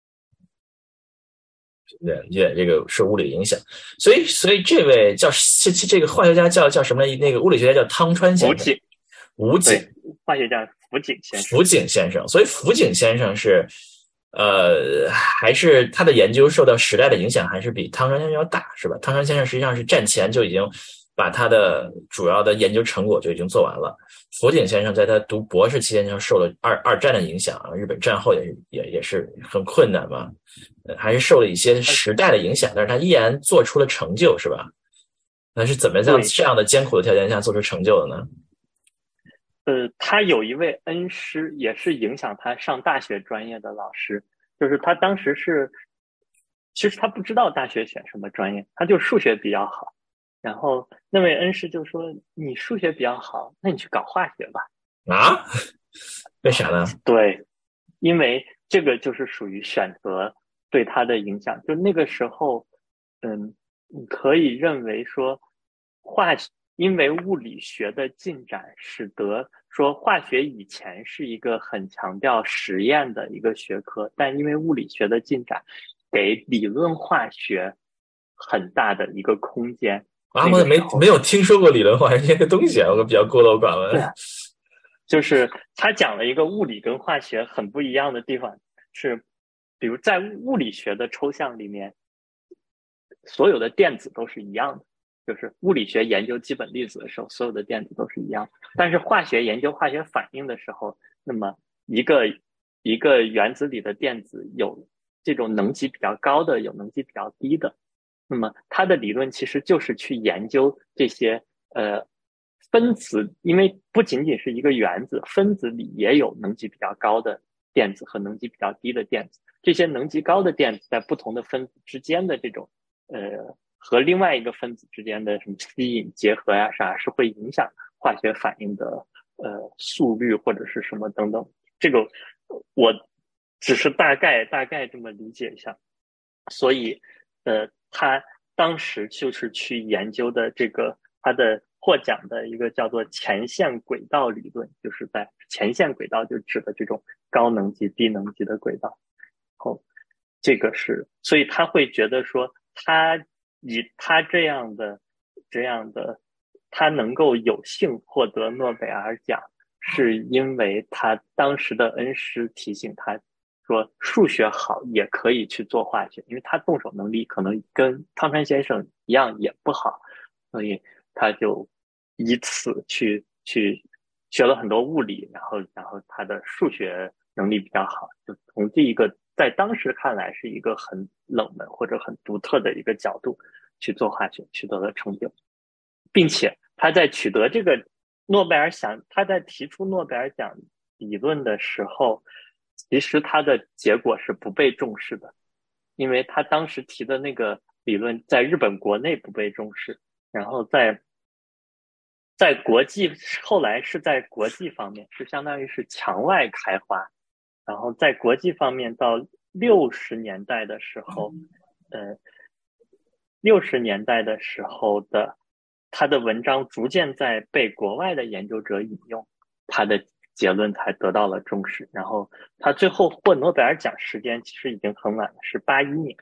对，这个受物理影响，所以这位这个化学家叫什么呢？那个物理学家叫汤川先生， 福井， 吴井。 对，化学家福井先生。 福井先生，所以福井先生是，还是他的研究受到时代的影响，还是比汤川先生要大，是吧？汤川先生实际上是战前就已经把他的主要的研究成果就已经做完了。福井先生在他读博士期间就受了二战的影响啊，日本战后也是很困难嘛，还是受了一些时代的影响，但是他依然做出了成就，是吧？那是怎么在对， 这样的艰苦的条件下做出成就的呢？ 他有一位恩师，也是影响他上大学专业的老师，就是他当时是，其实他不知道大学选什么专业，他就数学比较好。然后那位恩师就说：“你数学比较好，那你去搞化学吧。” 啊？为啥呢？ 对，因为这个就是属于选择对他的影响。就那个时候，你可以认为说，化学因为物理学的进展，使得说化学以前是一个很强调实验的一个学科，但因为物理学的进展，给理论化学很大的一个空间。 啊， 那我也个时候， 没有听说过理论化学这个东西啊，我比较孤陋寡闻。 对啊，就是他讲了一个物理跟化学很不一样的地方，是比如在物理学的抽象里面，所有的电子都是一样的，就是物理学研究基本粒子的时候，所有的电子都是一样。但是化学研究化学反应的时候，那么一个原子里的电子有这种能级比较高的，有能级比较低的。那么它的理论其实就是去研究这些分子，因为不仅仅是一个原子，分子里也有能级比较高的电子和能级比较低的电子。这些能级高的电子在不同的分子之间的这种和另外一个分子之间的什么吸引结合呀啥，是会影响化学反应的速率或者是什么等等。这个我只是大概这么理解一下。所以他当时就是去研究的这个他的获奖的一个叫做前线轨道理论，就是在前线轨道就指的这种高能级、低能级的轨道。后这个是，所以他会觉得说，他以他这样的，他能够有幸获得诺贝尔奖，是因为他当时的恩师提醒他说，数学好也可以去做化学，因为他动手能力可能跟汤川先生一样也不好，所以他就以此去学了很多物理，然后他的数学能力比较好，就从这一个在当时看来是一个很冷门或者很独特的一个角度去做化学，取得了成就，并且他在取得这个诺贝尔奖，他在提出诺贝尔奖理论的时候，其实他的结果是不被重视的，因为他当时提的那个理论在日本国内不被重视，然后在国际后来是在国际方面是相当于是墙外开花，然后在国际方面到60年代的时候，呃，60年代的时候他的文章逐渐在被国外的研究者引用，他的结论才得到了重视。然后他最后获诺贝尔奖时间其实已经很晚了，是81年。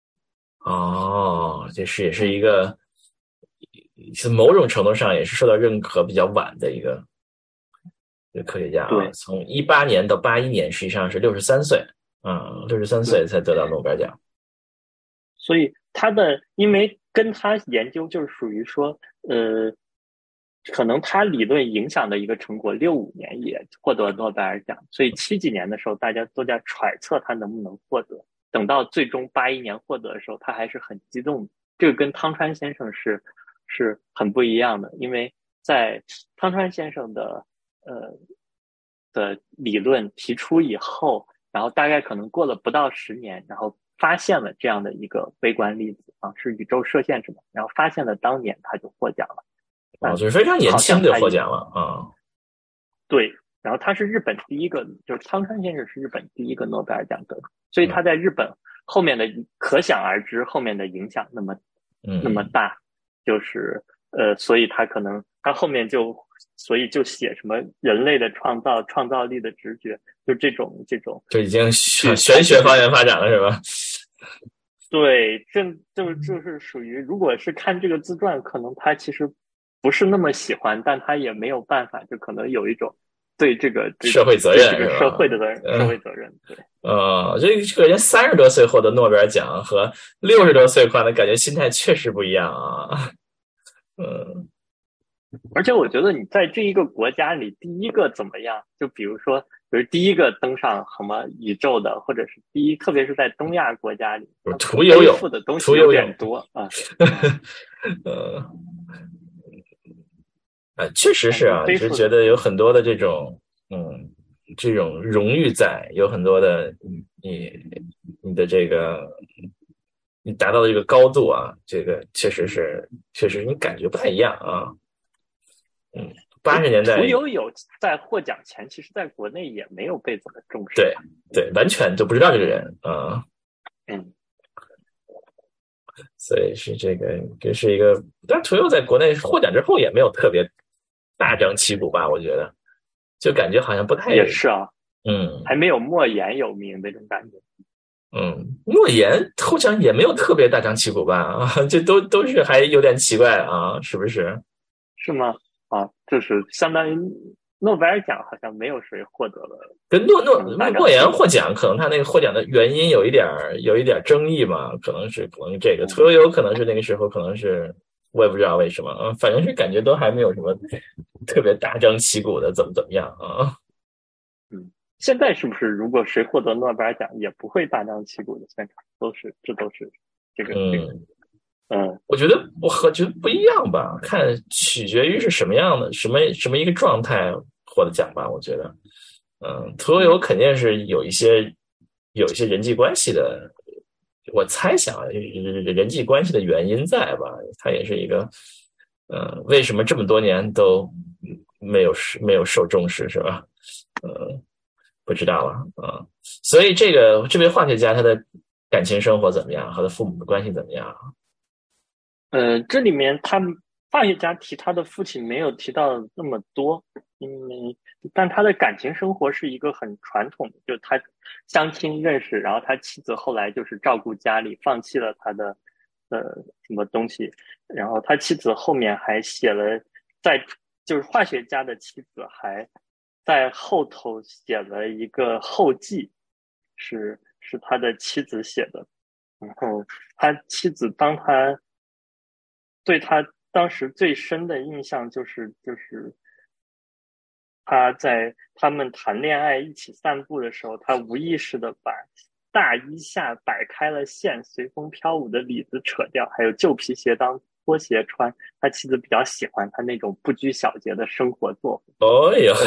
哦，也是嗯， 一个，是某种程度上也是受到认可比较晚的一个科学家啊。 对从18年到81年，实际上是63岁，63岁对， 才得到诺贝尔奖。 所以因为跟他研究就是属于说，呃， 可能他理论影响的一个成果65年也获得诺贝尔奖，所以70几年的时候大家都在揣测他能不能获得，等到最终81年获得的时候，他还是很激动的。这个跟汤川先生是很不一样的，因为在汤川先生的理论提出以后，然后大概可能过了不到10年，然后发现了这样的一个微观粒子啊，是宇宙射线什么，然后发现了当年他就获奖了。 就是非常年轻就获奖了啊。 对，然后他是日本第一个，就是汤川先生是日本第一个诺贝尔奖得主，所以他在日本后面的可想而知后面的影响那么大，就是所以他可能他后面所以就写什么人类的创造力的直觉，就这种就已经玄学方面发展了是吧？ 对，就是属于，如果是看这个自传，可能他其实不是那么喜欢，但他也没有办法，就可能有一种对这个社会责任， 这个社会的责任，社会责任。对， 这个人30多岁获得诺贝尔奖和60多岁可能感觉心态确实不一样啊。 而且我觉得你在这一个国家里，第一个怎么样？就比如说，第一个登上什么宇宙的，或者是特别是在东亚国家里， 屠呦呦的东西有点多啊。 确实是啊，就觉得有很多的这种荣誉在，有很多的你的这个你达到的这个高度啊，这个确实你感觉不太一样啊。80年代屠呦呦在获奖前，其实在国内也没有被怎么重视。 对，完全就不知道这个人啊。所以是这是一个，但屠呦在国内获奖之后也没有特别大张旗鼓吧，我觉得就感觉好像不太也是啊， 还没有莫言有名那种感觉。 莫言获奖也没有特别大张旗鼓吧？啊，这都是还有点奇怪啊，是不是？ 是吗？啊，就是相当于诺贝尔奖好像没有谁获得了。 跟莫言获奖，可能他那个获奖的原因有一点争议嘛，可能这个屠呦呦可能是那个时候可能是我也不知道为什么反正是感觉都还没有什么特别大张旗鼓的怎么样啊。 现在是不是如果谁获得诺贝尔奖也不会大张旗鼓的宣传，这都是这个我觉得不一样吧，看取决于是什么样的什么一个状态获得奖吧，我觉得屠呦呦肯定是有一些人际关系的，我猜想人际关系的原因在吧，他也是一个为什么这么多年都没有受重视是吧？不知道了所以这位化学家他的感情生活怎么样，和他父母的关系怎么样？ 这里面他们化学家提他的父亲没有提到那么多，但他的感情生活是一个很传统的，就是他相亲认识，然后他妻子后来就是照顾家里，放弃了他的什么东西，然后他妻子后面还写了就是化学家的妻子还在后头写了一个后记，是他的妻子写的，然后他妻子对他当时最深的印象就是他在他们谈恋爱一起散步的时候，他无意识的把大衣下摆开了线，随风飘舞的里子扯掉，还有旧皮鞋当拖鞋穿。他妻子比较喜欢他那种不拘小节的生活作风。 哦哟，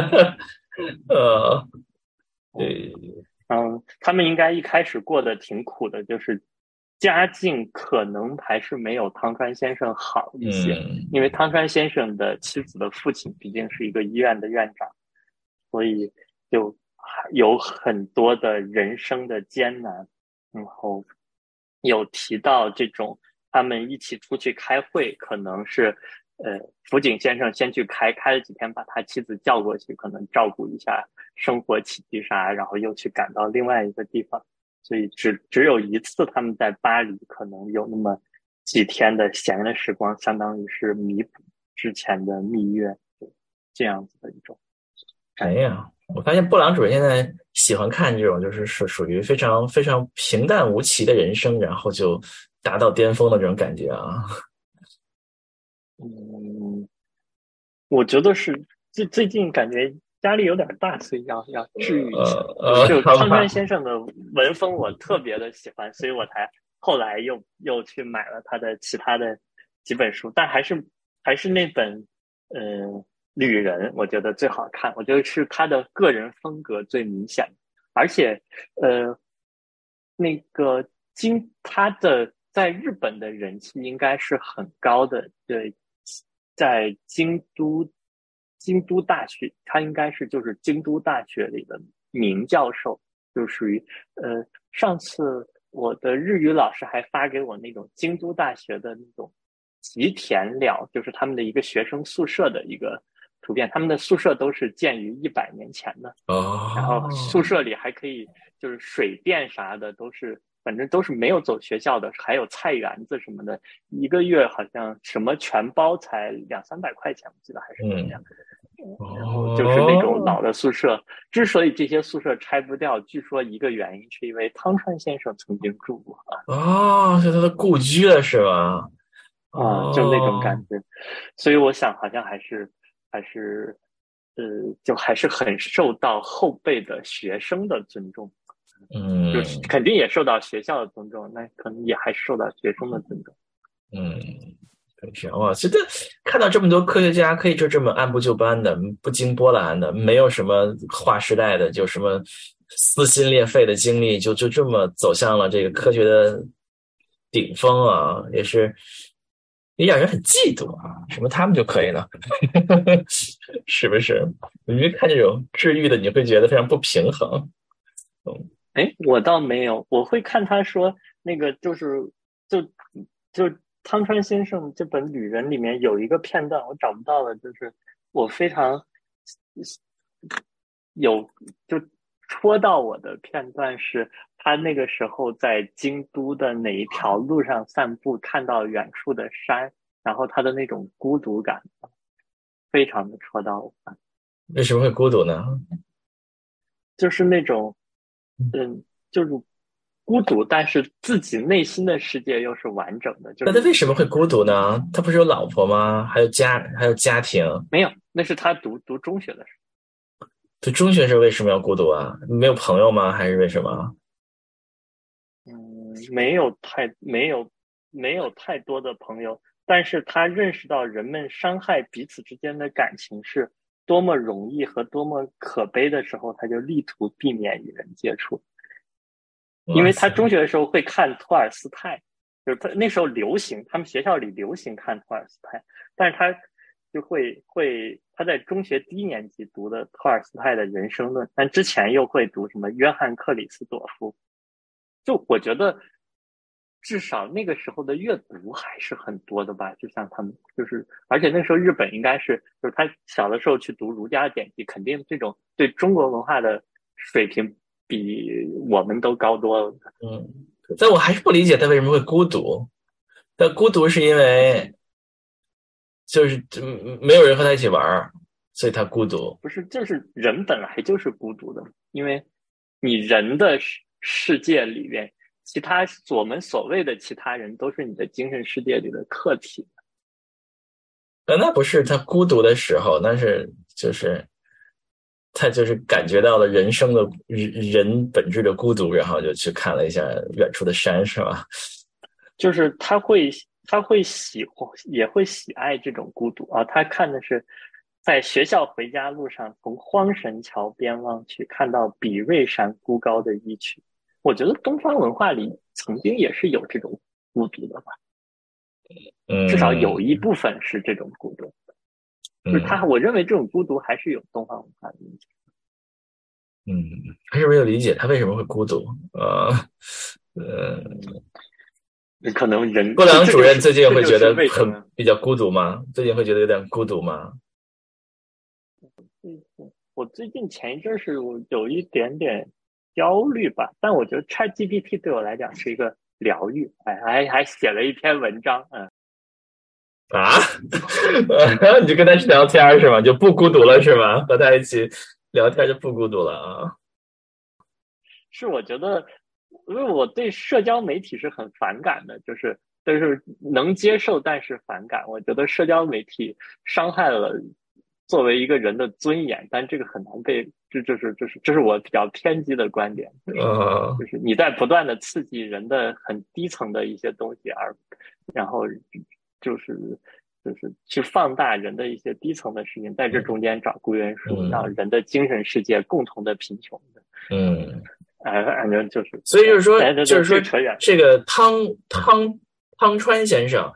他们应该一开始过得挺苦的，就是家境可能还是没有汤川先生好一些，因为汤川先生的妻子的父亲毕竟是一个医院的院长，所以就有很多的人生的艰难。然后有提到这种他们一起出去开会，可能是福井先生先去开了几天，把他妻子叫过去，可能照顾一下生活起居啥，然后又去赶到另外一个地方，所以只有一次他们在巴黎可能有那么几天的闲的时光，相当于是弥补之前的蜜月，这样子的一种。 哎呀，我发现布朗主任现在喜欢看这种就是属于非常非常平淡无奇的人生，然后就达到巅峰的这种感觉啊。 我觉得是最近感觉压力有点大，所以要治愈一下。就汤好吧， 川先生的文风我特别的喜欢，所以我才后来又去买了他的其他的几本书，但还是那本旅人，我觉得最好看，我觉得是他的个人风格最明显，而且呃那个他的在日本的人气应该是很高的，对，在京都大学，他应该是就是京都大学里的名教授，就属于上次我的日语老师还发给我那种京都大学的那种吉田寮，就是他们的一个学生宿舍的一个图片，他们的宿舍都是建于100年前的，然后宿哦， 舍里还可以就是水电啥的都是，反正都是没有走学校的，还有菜园子什么的，一个月好像什么全包才200-300块钱，我记得还是怎么样。 嗯， 然后就是那种哦， 老的宿舍，之所以这些宿舍拆不掉，据说一个原因是因为汤川先生曾经住过哦，是他的故居了是吧？ 就那种哦， 感觉，所以我想好像还是就还是很受到后辈的学生的尊重，就是嗯肯定也受到学校的尊重，那可能也还是受到学生的尊重。 嗯，是哇，觉得看到这么多科学家可以就这么按部就班的，不经波澜的，没有什么划时代的，就什么撕心裂肺的经历，就这么走向了这个科学的顶峰啊，也让人很嫉妒啊！什么他们就可以了，是不是？因为看这种治愈的，你会觉得非常不平衡。嗯哎，我倒没有，我会看他说那个就就汤川先生这本《旅人》里面有一个片段，我找不到了，就是我非常有就戳到我的片段是，他那个时候在京都的哪一条路上散步，看到远处的山，然后他的那种孤独感，非常的戳到我， 为什么会孤独呢？ 就是那种就是孤独，但是自己内心的世界又是完整的，就那他是为什么会孤独呢？他不是有老婆吗？还有家庭？ 没有，那是他读中学的时对，中学时候为什么要孤独啊？没有朋友吗？还是为什么？ 候，没有太多的朋友，但是他认识到人们伤害彼此之间的感情是多么容易和多么可悲的时候，他就力图避免与人接触。因为他哇塞， 中学的时候会看托尔斯泰，就是他那时候流行，他们学校里流行看托尔斯泰，但是他就会他在中学1年级读的托尔斯泰的人生论，但之前又会读什么约翰克里斯朵夫，就我觉得至少那个时候的阅读还是很多的吧，就像他们就是，而且那时候日本应该是就是他小的时候去读儒家典籍，肯定这种对中国文化的水平比我们都高多了。 嗯，但我还是不理解他为什么会孤独。但孤独是因为就是没有人和他一起玩儿，所以他孤独。 不是，就是人本来就是孤独的，因为你人的世界里边，我们所谓的其他人都是你的精神世界里的客体。 那不是他孤独的时候，那是就是他就是感觉到了人生的人本质的孤独，然后就去看了一下远处的山，是吧？ 就是他会也会喜爱这种孤独啊。他看的是在学校回家路上，从荒神桥边望去，看到比瑞山孤高的一曲。我觉得东方文化里曾经也是有这种孤独的吧，至少有嗯一部分是这种孤独。就是他， 嗯我认为这种孤独还是有东方文化的影响。 嗯，还是没有理解他为什么会孤独。呃， 可能人布朗主任这这就是最近会觉这就是得很为什么比较孤独吗？最近会觉得有点孤独吗？ 我最近前一阵是有一点点焦虑吧，但我觉得 ChatGPT 对我来讲是一个疗愈，还写了一篇文章， 啊，你就跟他聊天是吗？就不孤独了是吗？和他一起聊天就不孤独了啊？ 是我觉得，因为我对社交媒体是很反感的，就是能接受，但是反感。我觉得社交媒体伤害了作为一个人的尊严，但这个很难被，这是我比较偏激的观点，就是你在不断的刺激人的很低层的一些东西，然后就是去放大人的一些低层的事情，在这中间找归元数，让人的精神世界共同的贫穷的。反正就是， 所以就是说， 扯远这个汤川先生，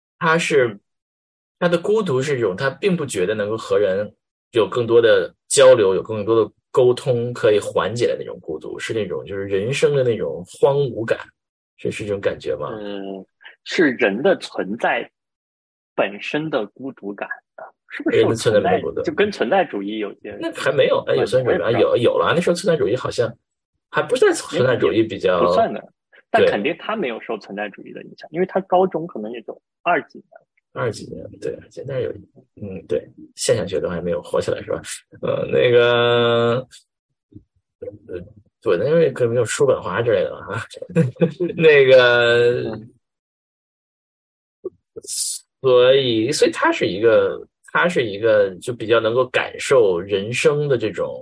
他的孤独是一种他并不觉得能够和人有更多的交流，有更多的沟通可以缓解的那种孤独，是那种就是人生的那种荒芜感，是这种感觉吗？ 是人的存在本身的孤独感啊，是不是？ 人的存在孤独就跟存在主义有些那还没有，有存在主义有了，那时候存在主义好像还不在存在主义比较不算的，但肯定他没有受存在主义的影响，因为他高中可能也就20几年， 对，现在有对，现象学都还没有火起来是吧？那个对，因为可能没有叔本华之类的啊，那个所以他是一个就比较能够感受人生的这种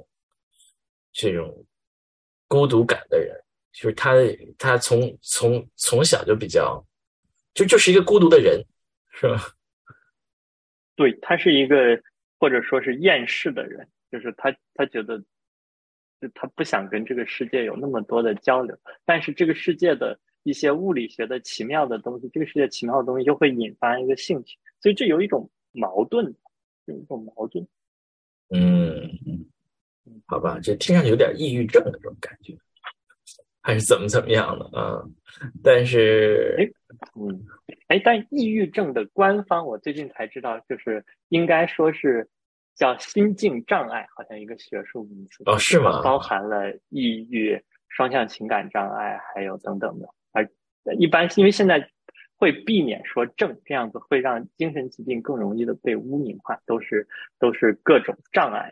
孤独感的人，就是他从小就比较就是一个孤独的人，是吧？ 对，他是一个或者说是厌世的人，就是他觉得就他不想跟这个世界有那么多的交流，但是这个世界的一些物理学的奇妙的东西，这个世界奇妙的东西就会引发一个兴趣，所以这有一种矛盾。 好吧，这听上去有点抑郁症的这种感觉，还是怎么样的啊？但是， 但抑郁症的官方我最近才知道，就是应该说是叫心境障碍，好像一个学术名词。 是吗？ 包含了抑郁、双向情感障碍，还有等等的。而一般因为现在会避免说症，这样子会让精神疾病更容易的被污名化，都是各种障碍。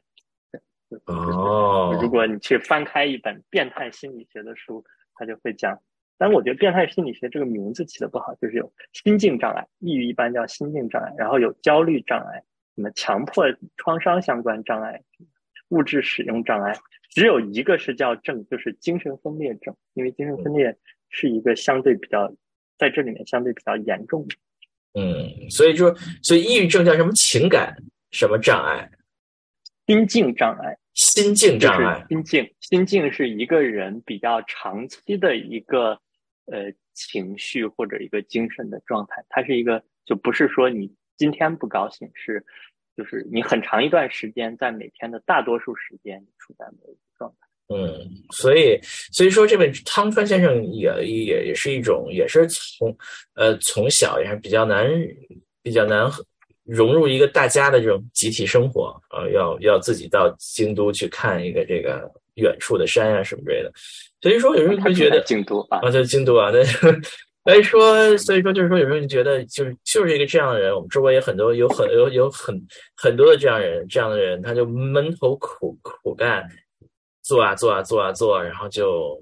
如果你去翻开一本变态心理学的书，他就会讲。但我觉得变态心理学这个名字起的不好，就是有心境障碍，抑郁一般叫心境障碍，然后有焦虑障碍，什么强迫创伤相关障碍，物质使用障碍，只有一个是叫症，就是精神分裂症，因为精神分裂是一个相对比较在这里面相对比较严重的。 所以抑郁症叫什么情感什么障碍？ 心境障碍。 心境障碍， 心境是一个人比较长期的一个情绪或者一个精神的状态，它是一个就不是说你今天不高兴，就是你很长一段时间在每天的大多数时间处在某一个状态。 所以说这位汤川先生也是一种，也是从小也是比较难融入一个大家的这种集体生活要自己到京都去看一个这个远处的山啊什么之类的。所以说有人会觉得京都啊， 在京都啊，所以说就是说有人觉得就是一个这样的人，我们周围有很多很多的这样的人，他就闷头苦干，做啊，然后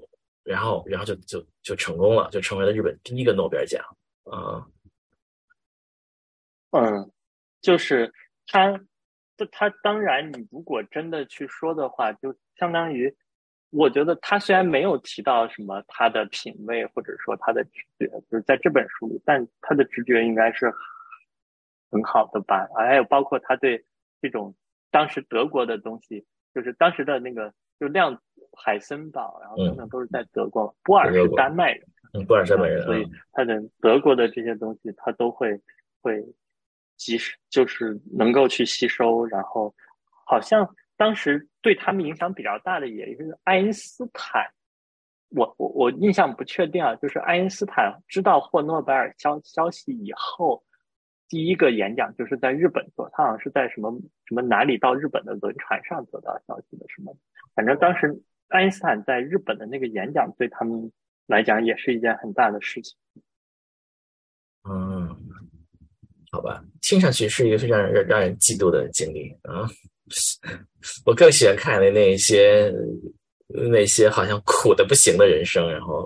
就成功了，就成为了日本第一个诺贝尔奖啊。 就是他当然，你如果真的去说的话，就相当于，我觉得他虽然没有提到什么他的品味或者说他的直觉，就是在这本书里，但他的直觉应该是很好的吧。还有包括他对这种当时德国的东西，就是当时的那个就量子海森堡，然后等等都是在德国，波尔是丹麦人， 波尔是丹麦人， 所以他的德国的这些东西，他都会就是能够去吸收，然后好像当时对他们影响比较大的也是爱因斯坦，我印象不确定啊，就是爱因斯坦知道获诺贝尔消息以后，第一个演讲就是在日本做，他好像是在什么哪里到日本的轮船上得到消息的什么，反正当时爱因斯坦在日本的那个演讲对他们来讲也是一件很大的事情。 好吧，听上去是一个非常让人嫉妒的经历啊！我更喜欢看那些好像苦的不行的人生，然后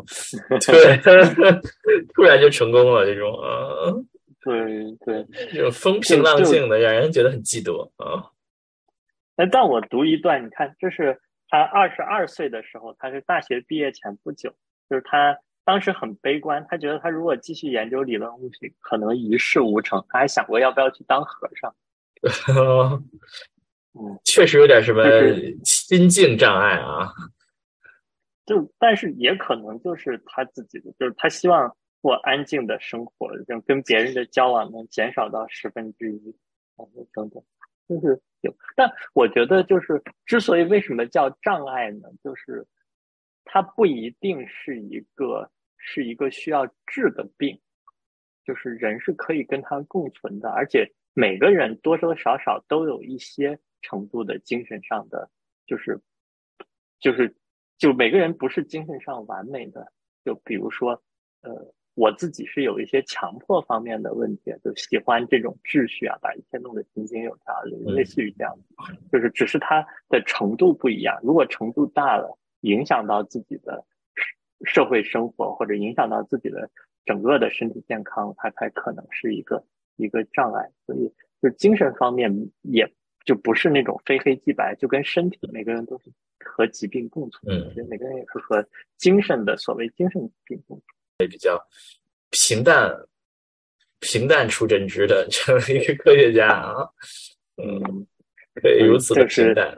突然就成功了这种对， 这种风平浪静的，让人觉得很嫉妒啊！ 但我读一段，你看，这是他22岁的时候，他是大学毕业前不久，就是他当时很悲观，他觉得他如果继续研究理论物理，可能一事无成，他还想过要不要去当和尚。 确实有点什么就是心境障碍啊。 但是也可能就是他自己的，就是他希望过安静的生活，就跟别人的交往能减少到1/10，等等，就是有。但我觉得就是之所以为什么叫障碍呢，就是它不一定是一个需要治的病，就是人是可以跟它共存的，而且每个人多多少少都有一些程度的精神上的，就是就是就每个人不是精神上完美的，就比如说，我自己是有一些强迫方面的问题，就喜欢这种秩序啊，把一切弄得井井有条，类似于这样，就是只是它的程度不一样。如果程度大了，影响到自己的社会生活，或者影响到自己的整个的身体健康，它才可能是一个障碍。所以，就精神方面也就不是那种非黑即白，就跟身体每个人都是和疾病共存的，所以每个人也是和精神的所谓精神病共存。 平淡出真知的这么一个科学家啊，可以如此的平淡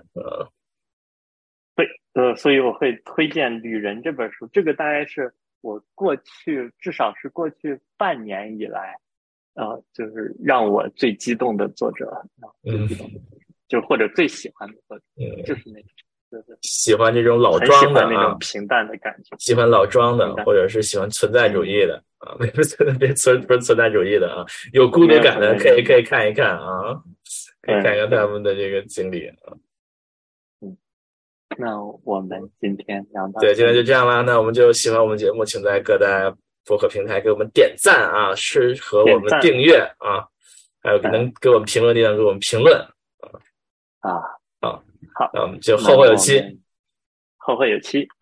所以我会推荐《旅人》这本书，这个大概是我至少是过去半年以来，就是让我最激动的作者，最激动的作者，就或者最喜欢的作者，就是那种。 喜欢这种老庄庄的那种平淡的感觉， 喜欢老庄的，或者是喜欢存在主义的啊，不是存在主义的啊，有孤独感的可以看一看啊，可以看看他们的这个经历啊。 那我们今天聊到对，今天就这样啦。那我们就喜欢我们节目，请在各大播客平台给我们点赞啊，是和我们订阅啊，还有能给我们评论的地方给我们评论啊。 好， 好， 那我们就后会有期。 后会有期。